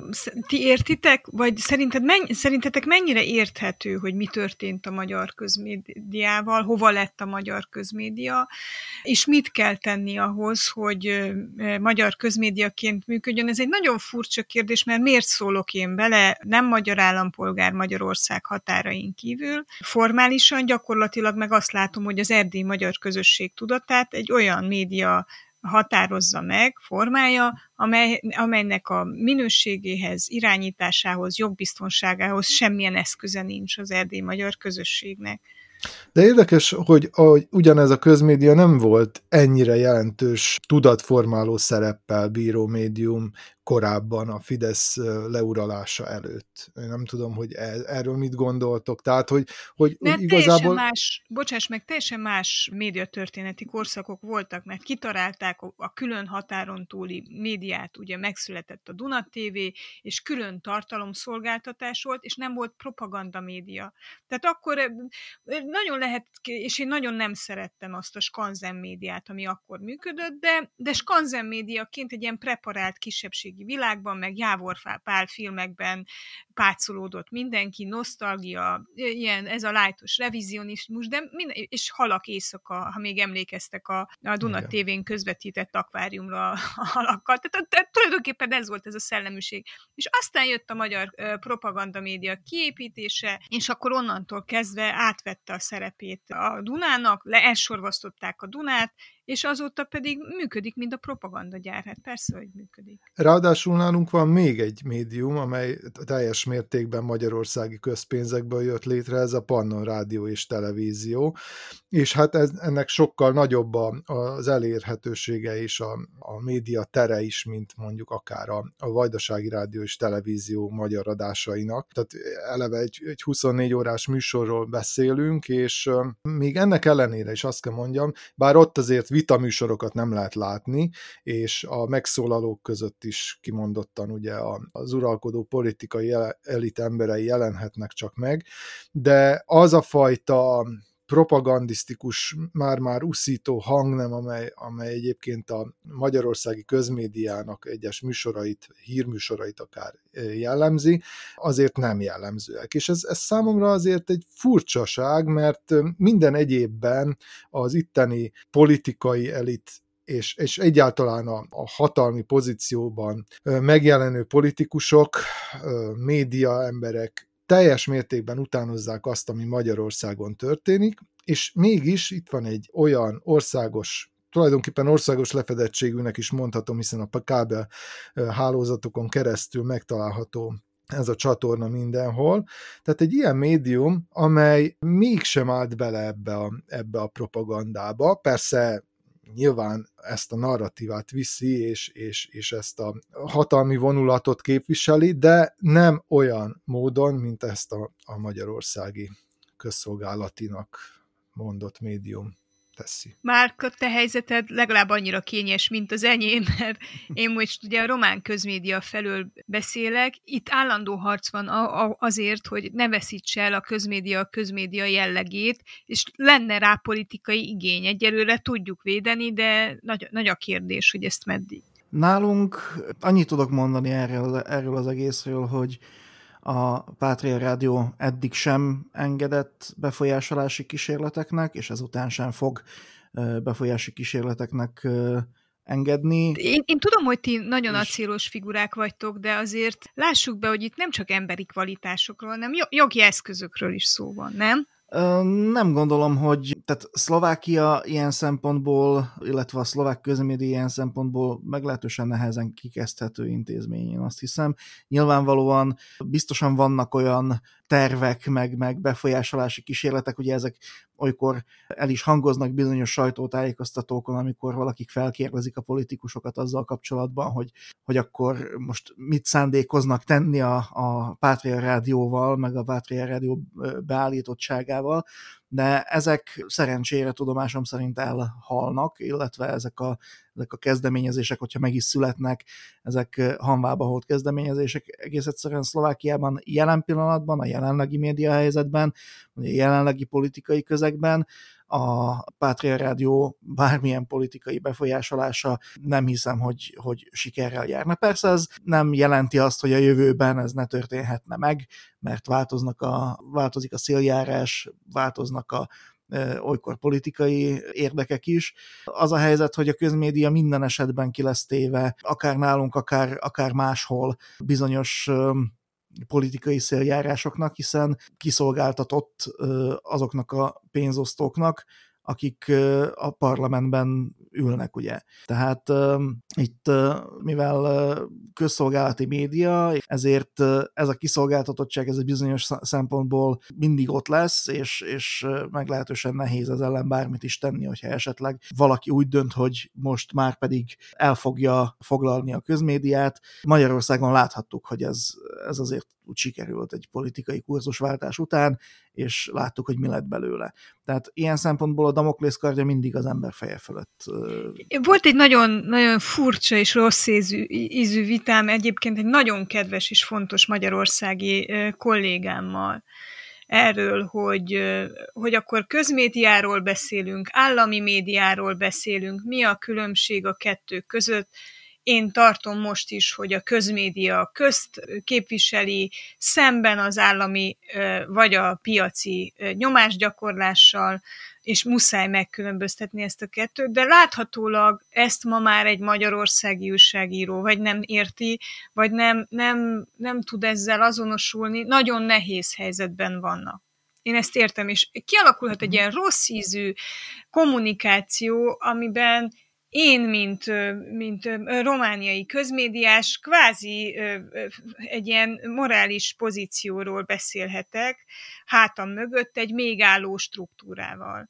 Speaker 1: ti értitek, vagy szerinted mennyi, szerintetek mennyire érthető, hogy mi történt a magyar közmédiával, hova lett a magyar közmédia, és mit kell tenni ahhoz, hogy magyar közmédiaként működjön? Ez egy nagyon furcsa kérdés, mert miért szólok én bele, nem magyar állampolgár Magyarország határain kívül. Formálisan, gyakorlatilag meg azt látom, hogy az erdélyi magyar közösség tudatát egy olyan média határozza meg, formálja, amely, amelynek a minőségéhez, irányításához, jogbiztonságához semmilyen eszköze nincs az erdélyi magyar közösségnek.
Speaker 3: De érdekes, hogy, hogy ugyanez a közmédia nem volt ennyire jelentős tudatformáló szereppel bíró médium korábban a Fidesz leuralása előtt. Én nem tudom, hogy erről mit gondoltok. Tehát, hogy, hogy
Speaker 1: De
Speaker 3: igazából...
Speaker 1: teljesen más, bocsáss meg, teljesen más médiatörténeti korszakok voltak, mert kitalálták a külön határon túli médiát, ugye megszületett a Duna té vé, és külön tartalomszolgáltatás volt, és nem volt propaganda média. Tehát akkor nagyon lehet, és én nagyon nem szerettem azt a skanzen médiát, ami akkor működött, de, de skanzen médiaként egy ilyen preparált kisebbségi világban, meg Jávor Pál filmekben pácolódott mindenki, nosztalgia, ilyen, ez a lájtos revizionizmus, de minden, és Halak éjszaka, ha még emlékeztek a, a Duna té vén közvetített akváriumra a halakkal. Tehát, tehát tulajdonképpen ez volt ez a szellemiség. És aztán jött a magyar propaganda média kiépítése, és akkor onnantól kezdve átvette a szerepét a Dunának, le elsorvasztották a Dunát, és azóta pedig működik, mint a propagandagyár. Hát persze, hogy működik.
Speaker 3: Ráadásul nálunk van még egy médium, amely teljes mértékben magyarországi közpénzekből jött létre, ez a Pannon Rádió és Televízió, és hát ez, ennek sokkal nagyobb a, az elérhetősége és a, a média tere is, mint mondjuk akár a, a Vajdasági Rádió és Televízió magyar adásainak. Tehát eleve egy, egy huszonnégy órás műsorról beszélünk, és uh, még ennek ellenére is azt kell mondjam, bár ott azért vitaműsorokat nem lehet látni, és a megszólalók között is kimondottan ugye az uralkodó politikai elit emberei jelenhetnek csak meg, de az a fajta propagandisztikus, már-már uszító hangnem, amely, amely egyébként a magyarországi közmédiának egyes műsorait, hírműsorait akár jellemzi, azért nem jellemzőek. És ez, ez számomra azért egy furcsaság, mert minden egyébben az itteni politikai elit és, és egyáltalán a, a hatalmi pozícióban megjelenő politikusok, média emberek teljes mértékben utánozzák azt, ami Magyarországon történik, és mégis itt van egy olyan országos, tulajdonképpen országos lefedettségűnek is mondhatom, hiszen a kábel hálózatokon keresztül megtalálható ez a csatorna mindenhol. Tehát egy ilyen médium, amely mégsem állt bele ebbe a, ebbe a propagandába, persze nyilván ezt a narratívát viszi, és, és, és ezt a hatalmi vonulatot képviseli, de nem olyan módon, mint ezt a, a magyarországi közszolgálatinak mondott médium teszi.
Speaker 1: Márka, te helyzeted legalább annyira kényes, mint az enyém, mert én most ugye a román közmédia felől beszélek. Itt állandó harc van azért, hogy ne veszítse el a közmédia a közmédia jellegét, és lenne rá politikai igény. Egyelőre tudjuk védeni, de nagy, nagy a kérdés, hogy ezt meddig.
Speaker 2: Nálunk annyit tudok mondani erről, erről az egészről, hogy a Pátria Rádió eddig sem engedett befolyásolási kísérleteknek, és ezután sem fog befolyási kísérleteknek engedni.
Speaker 1: Én, én tudom, hogy ti nagyon és... acélos figurák vagytok, de azért lássuk be, hogy itt nem csak emberi kvalitásokról, hanem jogi eszközökről is szó van, nem?
Speaker 2: Nem gondolom, hogy tehát Szlovákia ilyen szempontból, illetve a szlovák közmédia ilyen szempontból meglehetősen nehezen kikezdhető intézmény, én azt hiszem. Nyilvánvalóan biztosan vannak olyan tervek, meg, meg befolyásolási kísérletek, ugye ezek olykor el is hangoznak bizonyos sajtótájékoztatókon, amikor valakik felkérdezik a politikusokat azzal kapcsolatban, hogy, hogy akkor most mit szándékoznak tenni a, a Pátria Rádióval, meg a Pátria Rádió beállítottságával, de ezek szerencsére tudomásom szerint elhalnak, illetve ezek a, ezek a kezdeményezések, hogyha meg is születnek, ezek hanvába holt kezdeményezések egész egyszerűen Szlovákiában jelen pillanatban, a jelenlegi médiahelyzetben, a jelenlegi politikai közegben a Pátria Rádió bármilyen politikai befolyásolása nem hiszem, hogy, hogy sikerrel járna. Persze ez nem jelenti azt, hogy a jövőben ez ne történhetne meg, mert változnak a, változik a széljárás, változnak a e, olykor politikai érdekek is. Az a helyzet, hogy a közmédia minden esetben ki lesz téve, akár nálunk, akár, akár máshol bizonyos politikai széljárásoknak, hiszen kiszolgáltatott azoknak a pénzosztóknak, akik a parlamentben ülnek, ugye. Tehát uh, itt, uh, mivel uh, közszolgálati média, ezért uh, ez a kiszolgáltatottság, ez egy bizonyos szempontból mindig ott lesz, és, és uh, meglehetősen nehéz ez ellen bármit is tenni, hogyha esetleg valaki úgy dönt, hogy most már pedig el fogja foglalni a közmédiát. Magyarországon láthattuk, hogy ez, ez azért úgy sikerült egy politikai kurzusváltás után, és láttuk, hogy mi lett belőle. Tehát ilyen szempontból a Damoklész kardja mindig az ember feje fölött.
Speaker 1: Volt egy nagyon, nagyon furcsa és rossz ízű, ízű vitám egyébként egy nagyon kedves és fontos magyarországi kollégámmal erről, hogy, hogy akkor közmédiáról beszélünk, állami médiáról beszélünk, mi a különbség a kettő között. Én tartom most is, hogy a közmédia közt képviseli szemben az állami vagy a piaci nyomásgyakorlással, és muszáj megkülönböztetni ezt a kettőt, de láthatólag ezt ma már egy magyarországi újságíró vagy nem érti, vagy nem, nem, nem tud ezzel azonosulni, nagyon nehéz helyzetben vannak. Én ezt értem, és kialakulhat egy ilyen rossz ízű kommunikáció, amiben én, mint, mint romániai közmédiás, kvázi egy ilyen morális pozícióról beszélhetek, hátam mögött egy még álló struktúrával.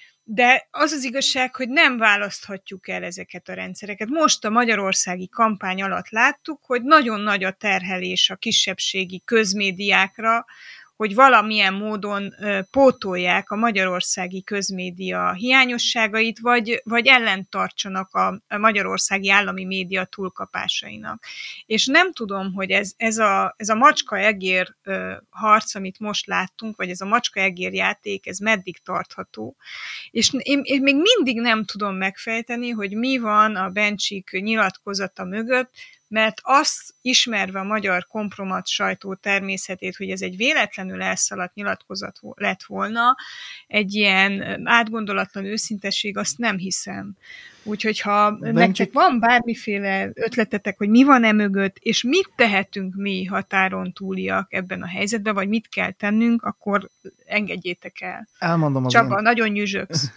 Speaker 1: De az az igazság, hogy nem választhatjuk el ezeket a rendszereket. Most a magyarországi kampány alatt láttuk, hogy nagyon nagy a terhelés a kisebbségi közmédiákra, hogy valamilyen módon pótolják a magyarországi közmédia hiányosságait, vagy, vagy ellentartsanak a magyarországi állami média túlkapásainak. És nem tudom, hogy ez, ez a, ez a macska-egér harc, amit most láttunk, vagy ez a macska-egér játék, ez meddig tartható. És én, én még mindig nem tudom megfejteni, hogy mi van a Bencsik nyilatkozata mögött, mert azt ismerve a magyar kompromat sajtó természetét, hogy ez egy véletlenül elszaladt nyilatkozat lett volna, egy ilyen átgondolatlan őszintesség, azt nem hiszem. Úgyhogy ha Bencsik... nektek van bármiféle ötletetek, hogy mi van e mögött, és mit tehetünk mi határon túliak ebben a helyzetben, vagy mit kell tennünk, akkor engedjétek el.
Speaker 2: Elmondom az
Speaker 1: Csaba,
Speaker 2: én...
Speaker 1: nagyon nyüzsöksz.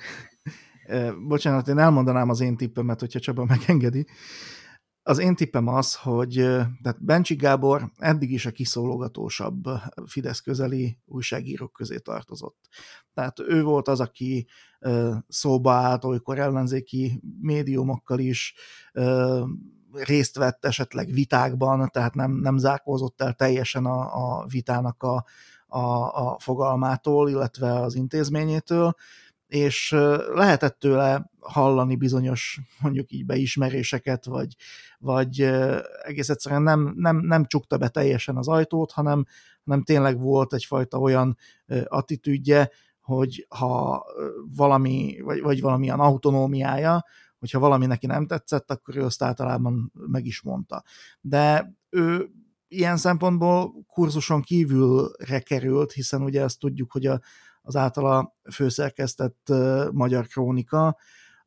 Speaker 2: Bocsánat, én elmondanám az én tippemet, hogyha Csaba megengedi. Az én tippem az, hogy tehát Bencsik Gábor eddig is a kiszólogatósabb Fidesz közeli újságírók közé tartozott. Tehát ő volt az, aki szóba állt olykor ellenzéki médiumokkal is, részt vett esetleg vitákban, tehát nem, nem zárkózott el teljesen a, a vitának a, a, a fogalmától, illetve az intézményétől, és lehetett tőle hallani bizonyos, mondjuk így beismeréseket, vagy, vagy egész egyszerűen nem, nem, nem csukta be teljesen az ajtót, hanem, hanem tényleg volt egyfajta olyan attitűdje, hogy ha valami, vagy, vagy valamilyen autonómiája, hogyha valami neki nem tetszett, akkor ő azt általában meg is mondta. De ő ilyen szempontból kurzuson kívülre került, hiszen ugye azt tudjuk, hogy a az általa főszerkesztett uh, Magyar Krónika,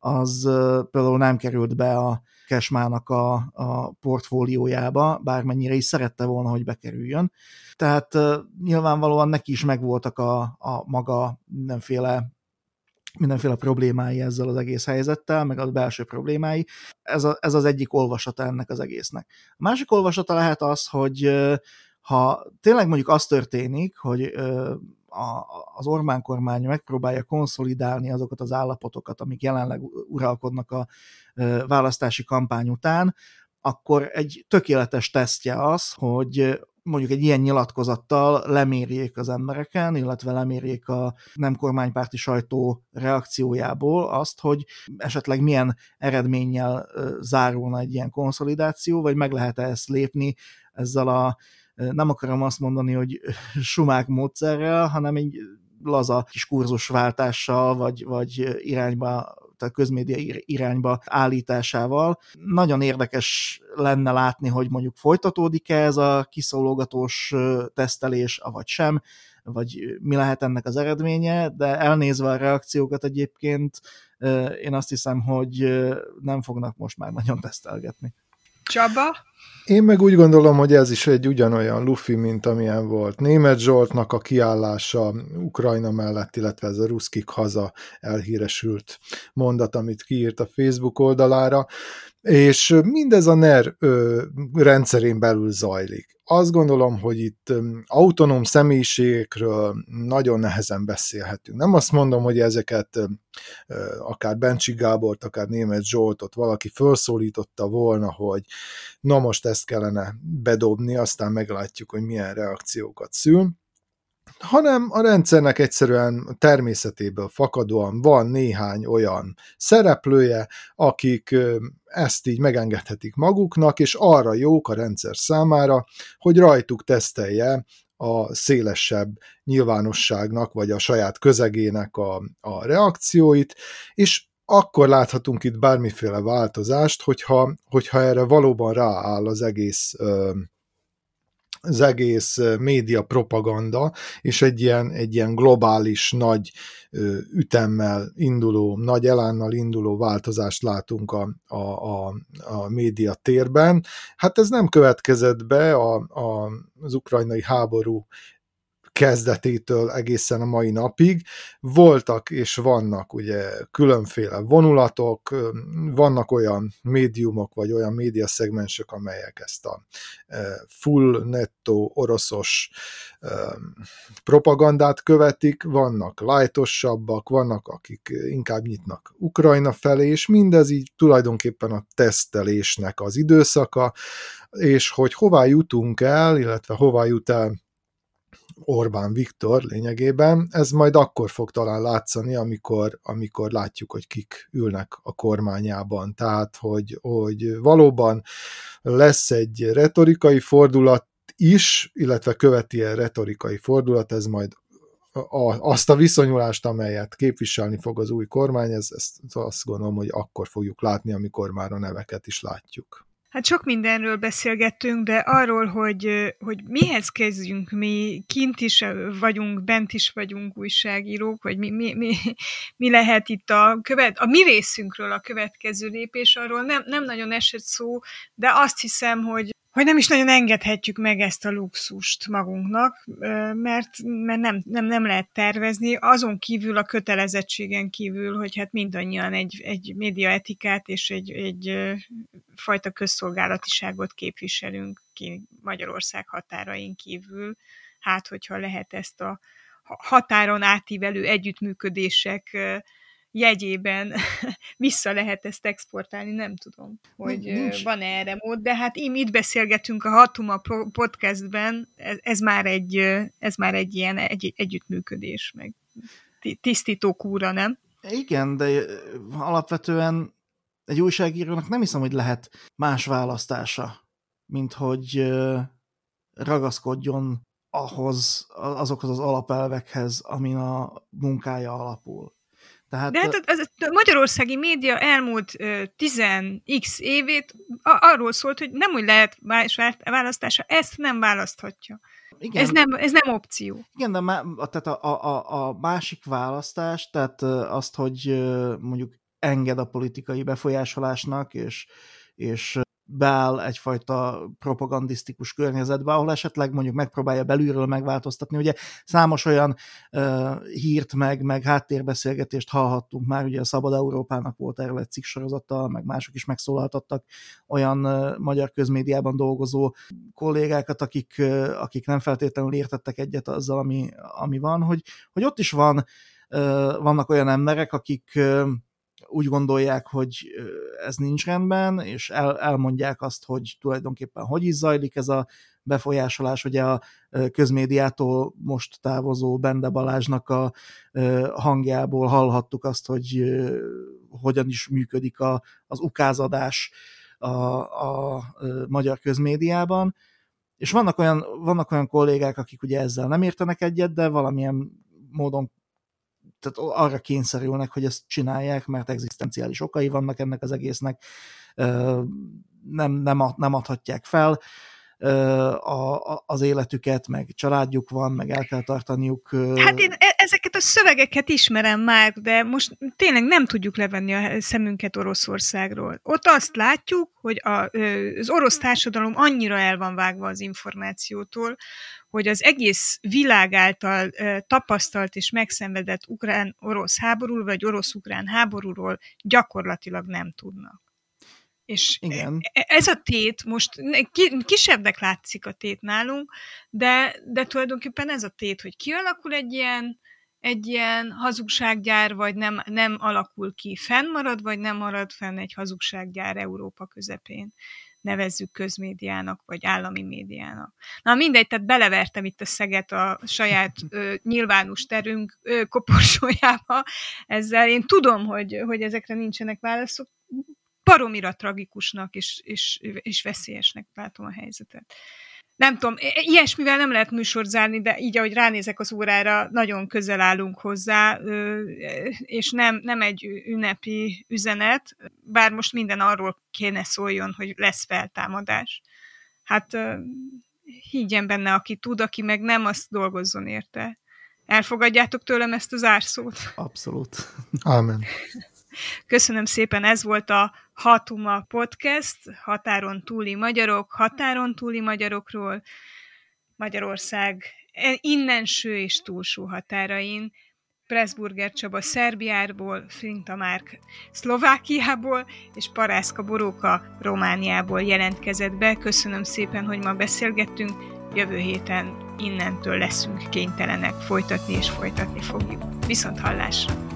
Speaker 2: az például nem került be a Cashmának a, a portfóliójába, bármennyire is szerette volna, hogy bekerüljön. Tehát uh, nyilvánvalóan neki is megvoltak a, a maga mindenféle, mindenféle problémái ezzel az egész helyzettel, meg a belső problémái. Ez, a, ez az egyik olvasata ennek az egésznek. A másik olvasata lehet az, hogy uh, ha tényleg mondjuk az történik, hogy uh, a, az Orbán kormány megpróbálja konszolidálni azokat az állapotokat, amik jelenleg uralkodnak a választási kampány után, akkor egy tökéletes tesztje az, hogy mondjuk egy ilyen nyilatkozattal lemérjék az embereken, illetve lemérjék a nem kormánypárti sajtó reakciójából azt, hogy esetleg milyen eredménnyel zárulna egy ilyen konszolidáció, vagy meg lehet-e ezt lépni ezzel a, nem akarom azt mondani, hogy sumák módszerrel, hanem egy laza kis kurzusváltással, vagy, vagy irányba, tehát közmédia irányba állításával. Nagyon érdekes lenne látni, hogy mondjuk folytatódik-e ez a kiszólogatós tesztelés, avagy sem, vagy mi lehet ennek az eredménye, de elnézve a reakciókat egyébként én azt hiszem, hogy nem fognak most már nagyon tesztelgetni.
Speaker 1: Csaba?
Speaker 3: Én meg úgy gondolom, hogy ez is egy ugyanolyan lufi, mint amilyen volt Németh Zsoltnak a kiállása Ukrajna mellett, illetve ez a ruszkik haza elhíresült mondat, amit kiírt a Facebook oldalára, és mindez a en e er ö, rendszerén belül zajlik. Azt gondolom, hogy itt autonóm személyiségekről nagyon nehezen beszélhetünk. Nem azt mondom, hogy ezeket akár Bencsik Gábort, akár Németh Zsoltot valaki felszólította volna, hogy na most ezt kellene bedobni, aztán meglátjuk, hogy milyen reakciókat szül, hanem a rendszernek egyszerűen természetéből fakadóan van néhány olyan szereplője, akik ezt így megengedhetik maguknak, és arra jók a rendszer számára, hogy rajtuk tesztelje a szélesebb nyilvánosságnak, vagy a saját közegének a, a reakcióit, és akkor láthatunk itt bármiféle változást, hogyha, hogyha erre valóban rááll az egész az egész média propaganda, és egy ilyen, egy ilyen globális, nagy ütemmel induló, nagy elánnal induló változást látunk a, a, a, a média térben. Hát ez nem következett be a, a, az ukrajnai háború kezdetétől egészen a mai napig. Voltak és vannak ugye különféle vonulatok, vannak olyan médiumok, vagy olyan médiaszegmensek, amelyek ezt a full nettó oroszos propagandát követik, vannak lightosabbak, vannak, akik inkább nyitnak Ukrajna felé, és mindez így tulajdonképpen a tesztelésnek az időszaka, és hogy hová jutunk el, illetve hová jut el Orbán Viktor lényegében, ez majd akkor fog talán látszani, amikor, amikor látjuk, hogy kik ülnek a kormányában. Tehát, hogy, hogy valóban lesz egy retorikai fordulat is, illetve követi a retorikai fordulat, ez majd a, azt a viszonyulást, amelyet képviselni fog az új kormány, ez, ezt azt gondolom, hogy akkor fogjuk látni, amikor már a neveket is látjuk.
Speaker 1: Hát sok mindenről beszélgettünk, de arról, hogy, hogy mihez kezdjünk, mi kint is vagyunk, bent is vagyunk újságírók, vagy mi, mi, mi, mi lehet itt a, követ, a mi részünkről a következő lépés, arról nem, nem nagyon esett szó, de azt hiszem, hogy hogy nem is nagyon engedhetjük meg ezt a luxust magunknak, mert, mert nem, nem, nem lehet tervezni, azon kívül a kötelezettségen kívül, hogy hát mindannyian egy, egy médiaetikát és egy, egy fajta közszolgálatiságot képviselünk ki Magyarország határain kívül. Hát, hogyha lehet ezt a határon átívelő együttműködések jegyében vissza lehet ezt exportálni, nem tudom, hogy nincs. Van erre mód, de hát én itt beszélgetünk a Hatuma podcastben, ez, ez, már, egy, ez már egy ilyen egy, együttműködés, meg tisztító kúra, nem?
Speaker 2: Igen, de alapvetően egy újságírónak nem hiszem, hogy lehet más választása, mint hogy ragaszkodjon ahhoz, azokhoz az alapelvekhez, amin a munkája alapul. Tehát,
Speaker 1: de hát az, az, a magyarországi média elmúlt tíz x évét arról szólt, hogy nem úgy lehet más választása, ezt nem választhatja. Igen, ez, nem, ez nem opció.
Speaker 2: Igen, de má, tehát a, a, a másik választás, tehát azt, hogy mondjuk enged a politikai befolyásolásnak, és, és beáll egyfajta propagandisztikus környezetbe, ahol esetleg mondjuk megpróbálja belülről megváltoztatni. Ugye számos olyan uh, hírt, meg, meg háttérbeszélgetést hallhattunk már, ugye a Szabad Európának volt erről egy cikksorozata, meg mások is megszólaltattak olyan uh, magyar közmédiában dolgozó kollégákat, akik, uh, akik nem feltétlenül értettek egyet azzal, ami, ami van, hogy, hogy ott is van, uh, vannak olyan emberek, akik uh, úgy gondolják, hogy ez nincs rendben, és el, elmondják azt, hogy tulajdonképpen hogy is zajlik ez a befolyásolás. Ugye a közmédiától most távozó Bende Balázsnak a hangjából hallhattuk azt, hogy hogyan is működik a, az ukázadás a, a magyar közmédiában. És vannak olyan, vannak olyan kollégák, akik ugye ezzel nem értenek egyet, de valamilyen módon tehát arra kényszerülnek, hogy ezt csinálják, mert egzisztenciális okai vannak ennek az egésznek, nem, nem, nem adhatják fel az életüket, meg családjuk van, meg el kell tartaniuk.
Speaker 1: Hát én ezeket a szövegeket ismerem már, de most tényleg nem tudjuk levenni a szemünket Oroszországról. Ott azt látjuk, hogy a, az orosz társadalom annyira el van vágva az információtól, hogy az egész világ által tapasztalt és megszenvedett ukrán-orosz háborúról, vagy orosz-ukrán háborúról gyakorlatilag nem tudnak. És igen. Ez a tét, most kisebbnek látszik a tét nálunk, de, de tulajdonképpen ez a tét, hogy kialakul egy ilyen, egy ilyen hazugsággyár, vagy nem, nem alakul ki, fennmarad, vagy nem marad fenn egy hazugsággyár Európa közepén. Nevezzük közmédiának, vagy állami médiának. Na mindegy, tehát belevertem itt a szeget a saját ö, nyilvános terünk ö, koporsójába ezzel. Én tudom, hogy, hogy ezekre nincsenek válaszok. Baromira tragikusnak és, és, és veszélyesnek látom a helyzetet. Nem tudom, ilyesmivel nem lehet műsort zárni, de így, ahogy ránézek az órára, nagyon közel állunk hozzá, és nem, nem egy ünnepi üzenet, bár most minden arról kéne szóljon, hogy lesz feltámadás. Hát higgyen benne, aki tud, aki meg nem, azt dolgozzon érte. Elfogadjátok tőlem ezt az zárszót?
Speaker 2: Abszolút.
Speaker 3: Ámen.
Speaker 1: Köszönöm szépen, ez volt a Hatuma Podcast, határon túli magyarok, határon túli magyarokról, Magyarország innenső és túlsó határain, Pressburger Csaba Szerbiából, Frinta Márk Szlovákiából, és Parászka Boróka Romániából jelentkezett be. Köszönöm szépen, hogy ma beszélgettünk, jövő héten innentől leszünk kénytelenek folytatni, és folytatni fogjuk. Viszont hallásra!